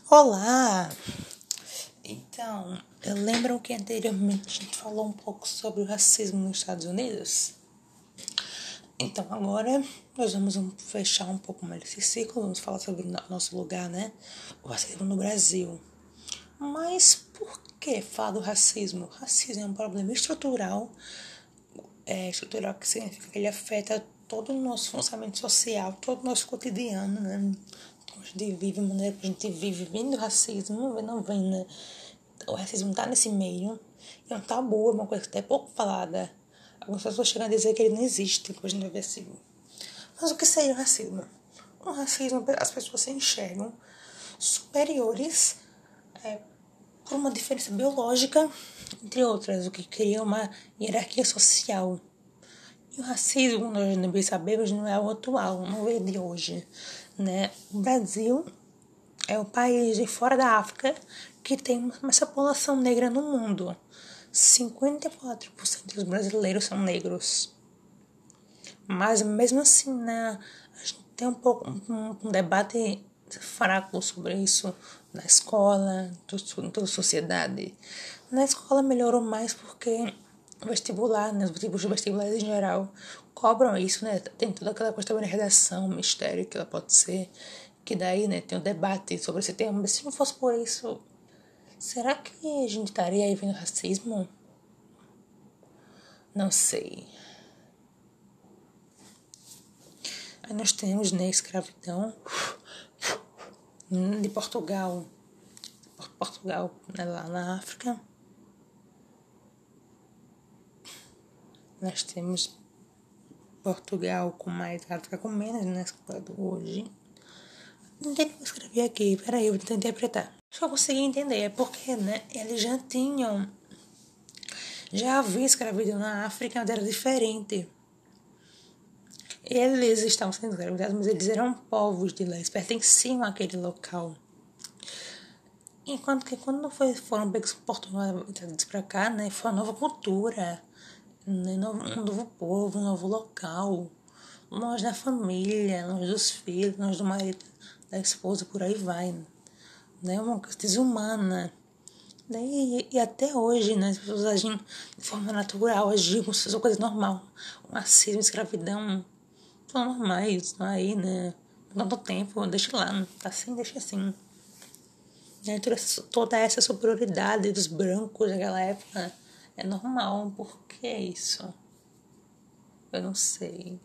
Olá! Então, lembram que anteriormente a gente falou um pouco sobre o racismo nos Estados Unidos? Então, agora nós vamos fechar um pouco mais esse ciclo, vamos falar sobre o nosso lugar, né? O racismo no Brasil. Mas por que falar do racismo? O racismo é um problema estrutural, que significa que ele afeta todo o nosso funcionamento social, todo o nosso cotidiano, né? Como a gente vive, a maneira que a gente vive, vem do racismo, não vem, né? O racismo tá nesse meio, é um tabu, é uma coisa que até é pouco falada. Algumas pessoas chegam a dizer que ele não existe, que a gente não vê assim. Mas o que seria o racismo? O racismo, as pessoas se enxergam superiores por uma diferença biológica, entre outras, o que cria uma hierarquia social. E o racismo, nós bem sabemos, não é o atual, não é de hoje, né? O Brasil é o país de fora da África que tem mais população negra no mundo. 54% dos brasileiros são negros. Mas mesmo assim, né, a gente tem um debate fraco sobre isso na escola, em toda a sociedade. Na escola melhorou mais porque o vestibular, né, os vestibulares em geral cobram isso, né? Tem toda aquela questão de redação, mistério que ela pode ser, que daí, né, tem um debate sobre esse tema. Mas se não fosse por isso, será que a gente estaria aí vendo racismo? Não sei. Aí nós temos, né, escravidão de Portugal, né, lá na África. Nós temos Portugal com mais, África com menos, né, escravado hoje. Não tem como escrever aqui, peraí, eu vou tentar interpretar. Só consegui entender, é porque, né, eles já havia escravidão na África, mas era diferente. Eles estavam sendo escravizados, mas eles eram povos de lá, eles pertenciam àquele local. Enquanto que quando foram pegos portugueses pra cá, né, foi uma nova cultura, né, um novo povo, um novo local, longe da família, longe dos filhos, longe do marido, da esposa, por aí vai, né, uma coisa desumana. E até hoje, né, as pessoas agem de forma natural, agem como se fosse uma coisa normal. O racismo, a escravidão, são normais, estão aí, né, há tanto tempo, deixa lá, tá assim, deixa assim. Né, toda essa superioridade dos brancos naquela época é normal. Por que isso? Eu não sei.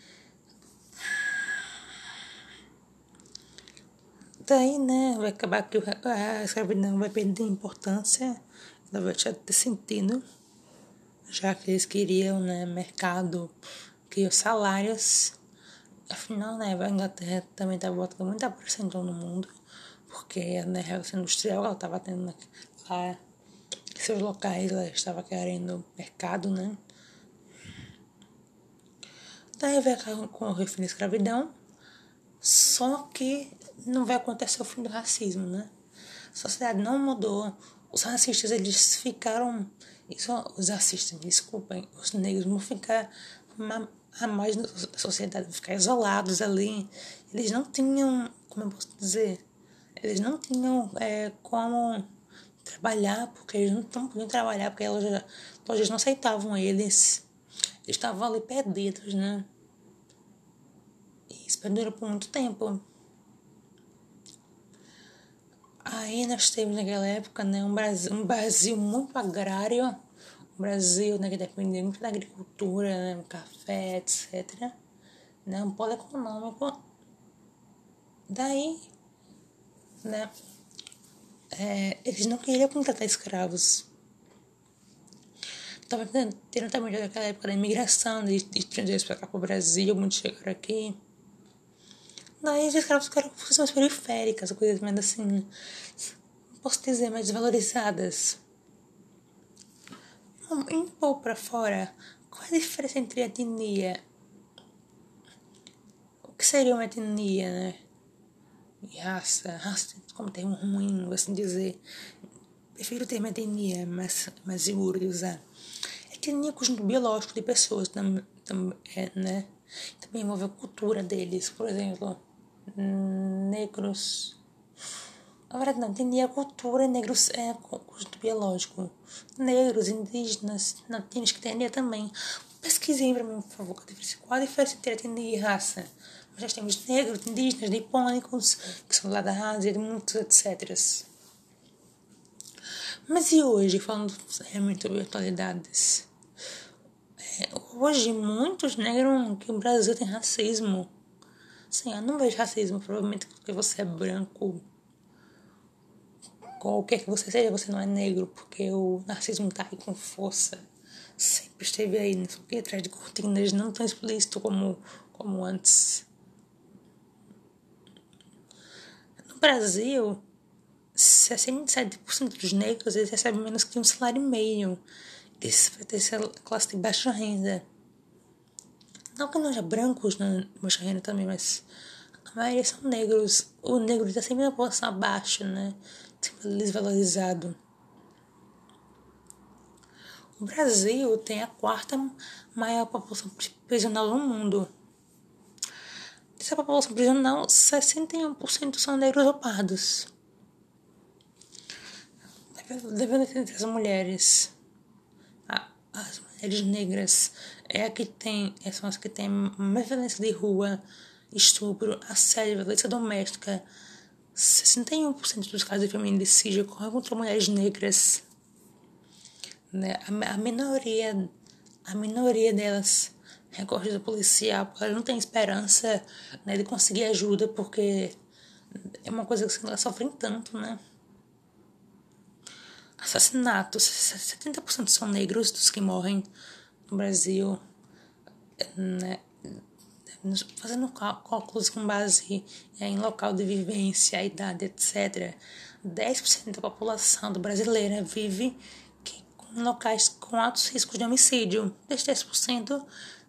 Daí, né, vai acabar que a escravidão vai perder importância, ela vai deixar de ter sentido, já que eles queriam, né, mercado, queriam salários. Afinal, né, a Inglaterra também estava botando muita pressão no mundo, porque né, a Revolução Industrial ela estava tendo lá seus locais, ela estava querendo mercado, né? Daí vai com o fim da escravidão, só que não vai acontecer o fim do racismo, né? A sociedade não mudou. Os racistas, eles ficaram... Os racistas, desculpem, os negros vão ficar a mais na sociedade, vão ficar isolados ali. Eles não tinham, como eu posso dizer, eles não tinham como trabalhar, porque eles não podiam trabalhar, porque as lojas não aceitavam eles. Eles estavam ali perdidos, né? E isso perdurou por muito tempo. Aí nós temos naquela época, né, um Brasil muito agrário, um Brasil, né, que dependia muito da agricultura, né, café, etc. Né, um polo econômico. Daí, né, eles não queriam contratar escravos. Estava tendo também naquela época da imigração, de estrangeiros para cá para o Brasil, muitos chegaram aqui. Daí os escravos ficaram com funções periféricas, coisas mais assim, não posso dizer, mais desvalorizadas. Indo um pouco para fora, qual é a diferença entre etnia? O que seria uma etnia, né? E raça como termo ruim, vou assim dizer. Prefiro o termo etnia, é mais seguro de usar. Etnia é um conjunto biológico de pessoas, né? Também envolve a cultura deles, por exemplo, negros, Na verdade, não entendia a cultura, negros é custo biológico. Negros, indígenas, latinos que entendia também. Pesquisem para mim, por favor, qual a diferença entre etnia e raça. Nós já temos negros, indígenas, nipônicos, que são lá da Ásia, de muitos, etc. Mas e hoje, falando realmente sobre atualidades? Hoje, muitos negam que o Brasil tem racismo. Sim, eu não vejo racismo, provavelmente porque você é branco. Qualquer que você seja, você não é negro, porque o narcisismo tá aí com força. Sempre esteve aí, não sei o que, atrás de cortinas, não tão explícito como antes. No Brasil, 67% dos negros eles recebem menos que um salário e meio. Isso pertence à classe de baixa renda. Não que não haja brancos na baixa renda também, mas a maioria são negros. O negro está sempre na posição abaixo, né? Sempre desvalorizado. O Brasil tem a quarta maior população prisional do mundo. Dessa população prisional, 61% são negros ou pardos. Devendo entre as mulheres. As mulheres negras são as que têm mais violência de rua, estupro, assédio, violência doméstica. 61% dos casos de feminicídio ocorrem contra mulheres negras. Né? A minoria delas recorre ao policial porque ela não tem esperança, né, de conseguir ajuda, porque é uma coisa que elas sofrem tanto, né? Assassinatos, 70% são negros dos que morrem no Brasil, né? Fazendo cálculos com base em local de vivência, idade, etc. 10% da população brasileira vive em locais com altos riscos de homicídio. Desses 10%,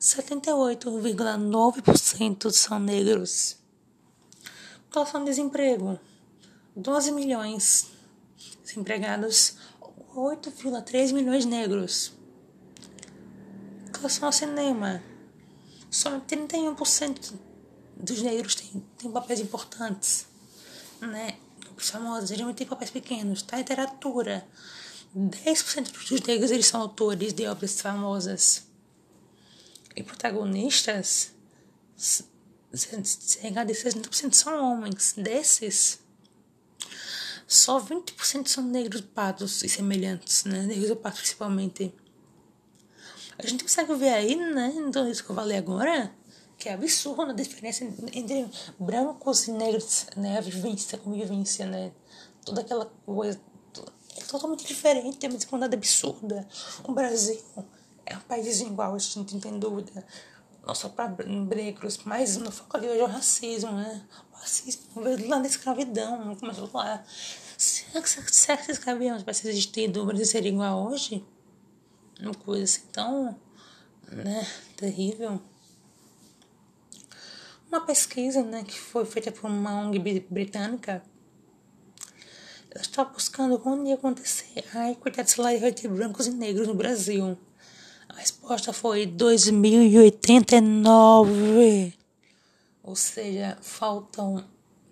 78,9% são negros. População de desemprego, 12 milhões desempregados, 8,3 milhões negros. Relação ao cinema, só 31% dos negros têm papéis importantes, né? Os famosos geralmente têm papéis pequenos. Tá? Literatura, 10% dos negros eles são autores de obras famosas. E protagonistas, cerca de 60% são homens. Desses, só 20% são negros pardos e semelhantes, né? Negros ou pardos principalmente. A gente consegue ver aí, né? Então, isso que eu falei agora, que é absurdo a diferença entre brancos e negros, né? A convivência, né? Toda aquela coisa é totalmente diferente, é uma desigualdade absurda. O Brasil é um país desigual, a gente não tem dúvida. Não só para negros, mas no foco ali hoje é o racismo, né? O racismo veio lá da escravidão, não começou lá. Será que a escravidão tivesse existido, o Brasil seria igual hoje? Uma coisa assim tão, né, terrível. Uma pesquisa, né, que foi feita por uma ONG britânica, ela está buscando quando ia acontecer a equidade salarial entre brancos e negros no Brasil. A resposta foi 2089. Ou seja, faltam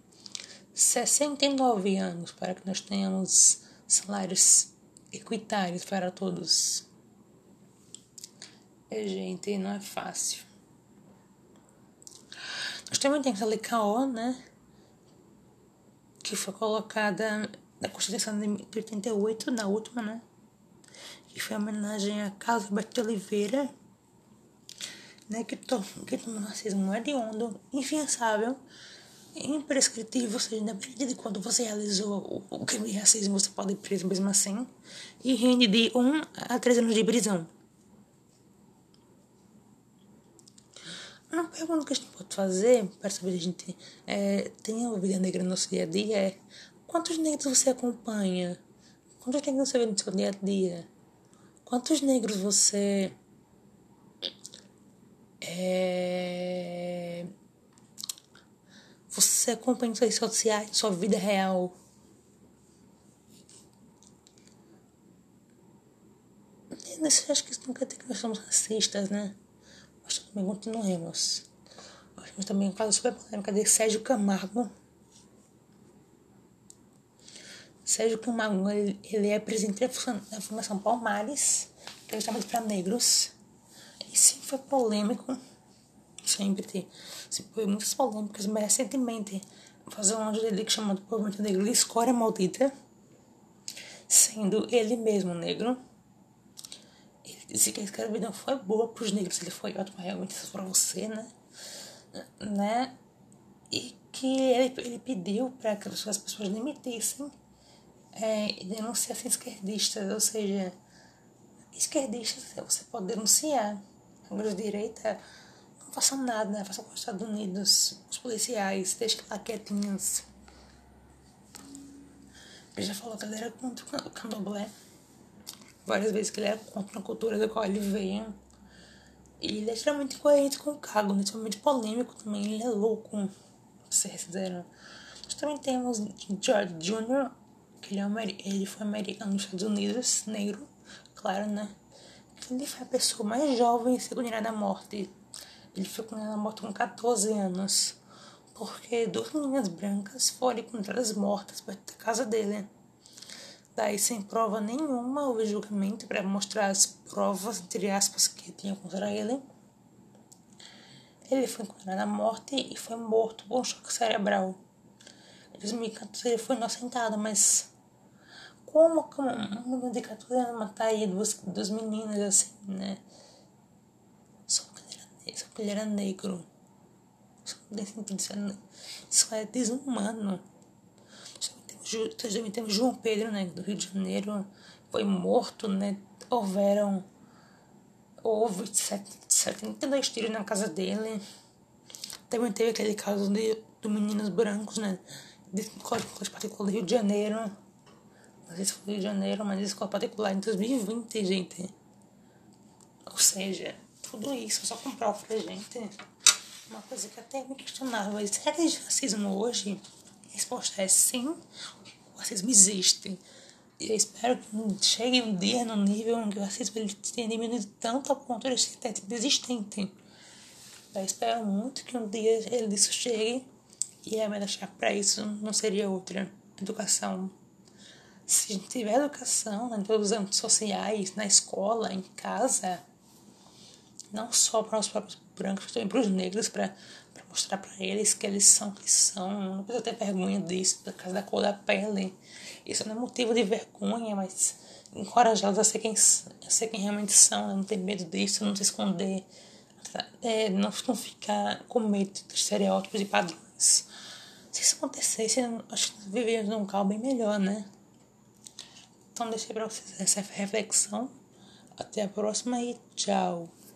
69 anos para que nós tenhamos salários equitários para todos. Gente, não é fácil. Nós também temos a LKO, né? Que foi colocada na Constituição de 88, na última, né? Que foi uma homenagem a Carlos Alberto de Oliveira, né? Que tomou racismo hediondo, infiançável, imprescritível, ou seja, independente de quando você realizou o crime de racismo, você pode ir preso mesmo assim, e rende de 1 a 3 anos de prisão. Uma pergunta que a gente pode fazer para saber se a gente tem uma vida negra no nosso dia a dia é: quantos negros você acompanha? Quantos negros você vê no seu dia a dia? Quantos negros você acompanha em suas redes sociais, em sua vida real? Eu acho que isso não quer dizer que nós somos racistas, né? Mas também continuemos. Nós temos também um caso super polêmico de Sérgio Camargo, Sérgio Camargo, ele é presidente da Fundação Palmares, que é justamente para negros. E sim, foi polêmico. Sempre foi muitas polêmicas, mas recentemente fazer um áudio dele chamado Movimento Negro de Escória Maldita, sendo ele mesmo negro. Ele disse que a escravidão foi boa para os negros, ele foi ótimo, realmente, isso para você, né? E que ele pediu para que as pessoas demitissem e denunciassem esquerdistas, ou seja, esquerdistas você pode denunciar. Agora de direita, não façam nada, façam com os Estados Unidos, os policiais, deixem lá quietinhos. Ele já falou que ele era contra o candomblé, várias vezes que ele era contra a cultura da qual ele veio. E ele é extremamente coerente com o cargo, extremamente polêmico também, ele é louco, pra ser sincero. Nós também temos George Jr., que ele foi americano nos Estados Unidos, negro, claro, né? Ele foi a pessoa mais jovem a ser condenada à morte. Ele foi condenado à morte com 14 anos, porque 2 meninas brancas foram encontradas mortas perto da casa dele. Daí, sem prova nenhuma, houve julgamento para mostrar as provas, entre aspas, que tinham contra ele. Ele foi condenado à morte e foi morto por um choque cerebral. Em 2014 ele foi inocentado, mas como uma menina de 14 anos matar aí duas meninas assim, né? Só porque ele era negro. Isso não tem sentido, isso é desumano. Também temos João Pedro, né, do Rio de Janeiro, foi morto, né? Houve 72 tiros na casa dele. Também teve aquele caso de meninos brancos, né, de escola particular do Rio de Janeiro. Não sei se foi Rio de Janeiro, mas escola particular em 2020, gente. Ou seja, tudo isso só comprova pra gente uma coisa que até me questionava. Será que existe racismo hoje? A resposta é sim, o racismo existe. E eu espero que chegue um dia no nível em que o racismo ele tenha diminuído tanto a ponto de ser até desistente. Eu espero muito que um dia isso chegue e a melhor chave para isso não seria outra: educação. Se a gente tiver educação em todos os âmbitos sociais, na escola, em casa, não só para os próprios brancos, mas também para os negros, para mostrar para eles que eles são o que são. Não precisa ter vergonha disso, por causa da cor da pele. Isso não é motivo de vergonha, mas encorajá-los a ser quem realmente são, não ter medo disso, não se esconder, não ficar com medo dos estereótipos e padrões. Se isso acontecesse, acho que viveríamos num caos bem melhor, né? Então deixei para vocês essa reflexão. Até a próxima e tchau.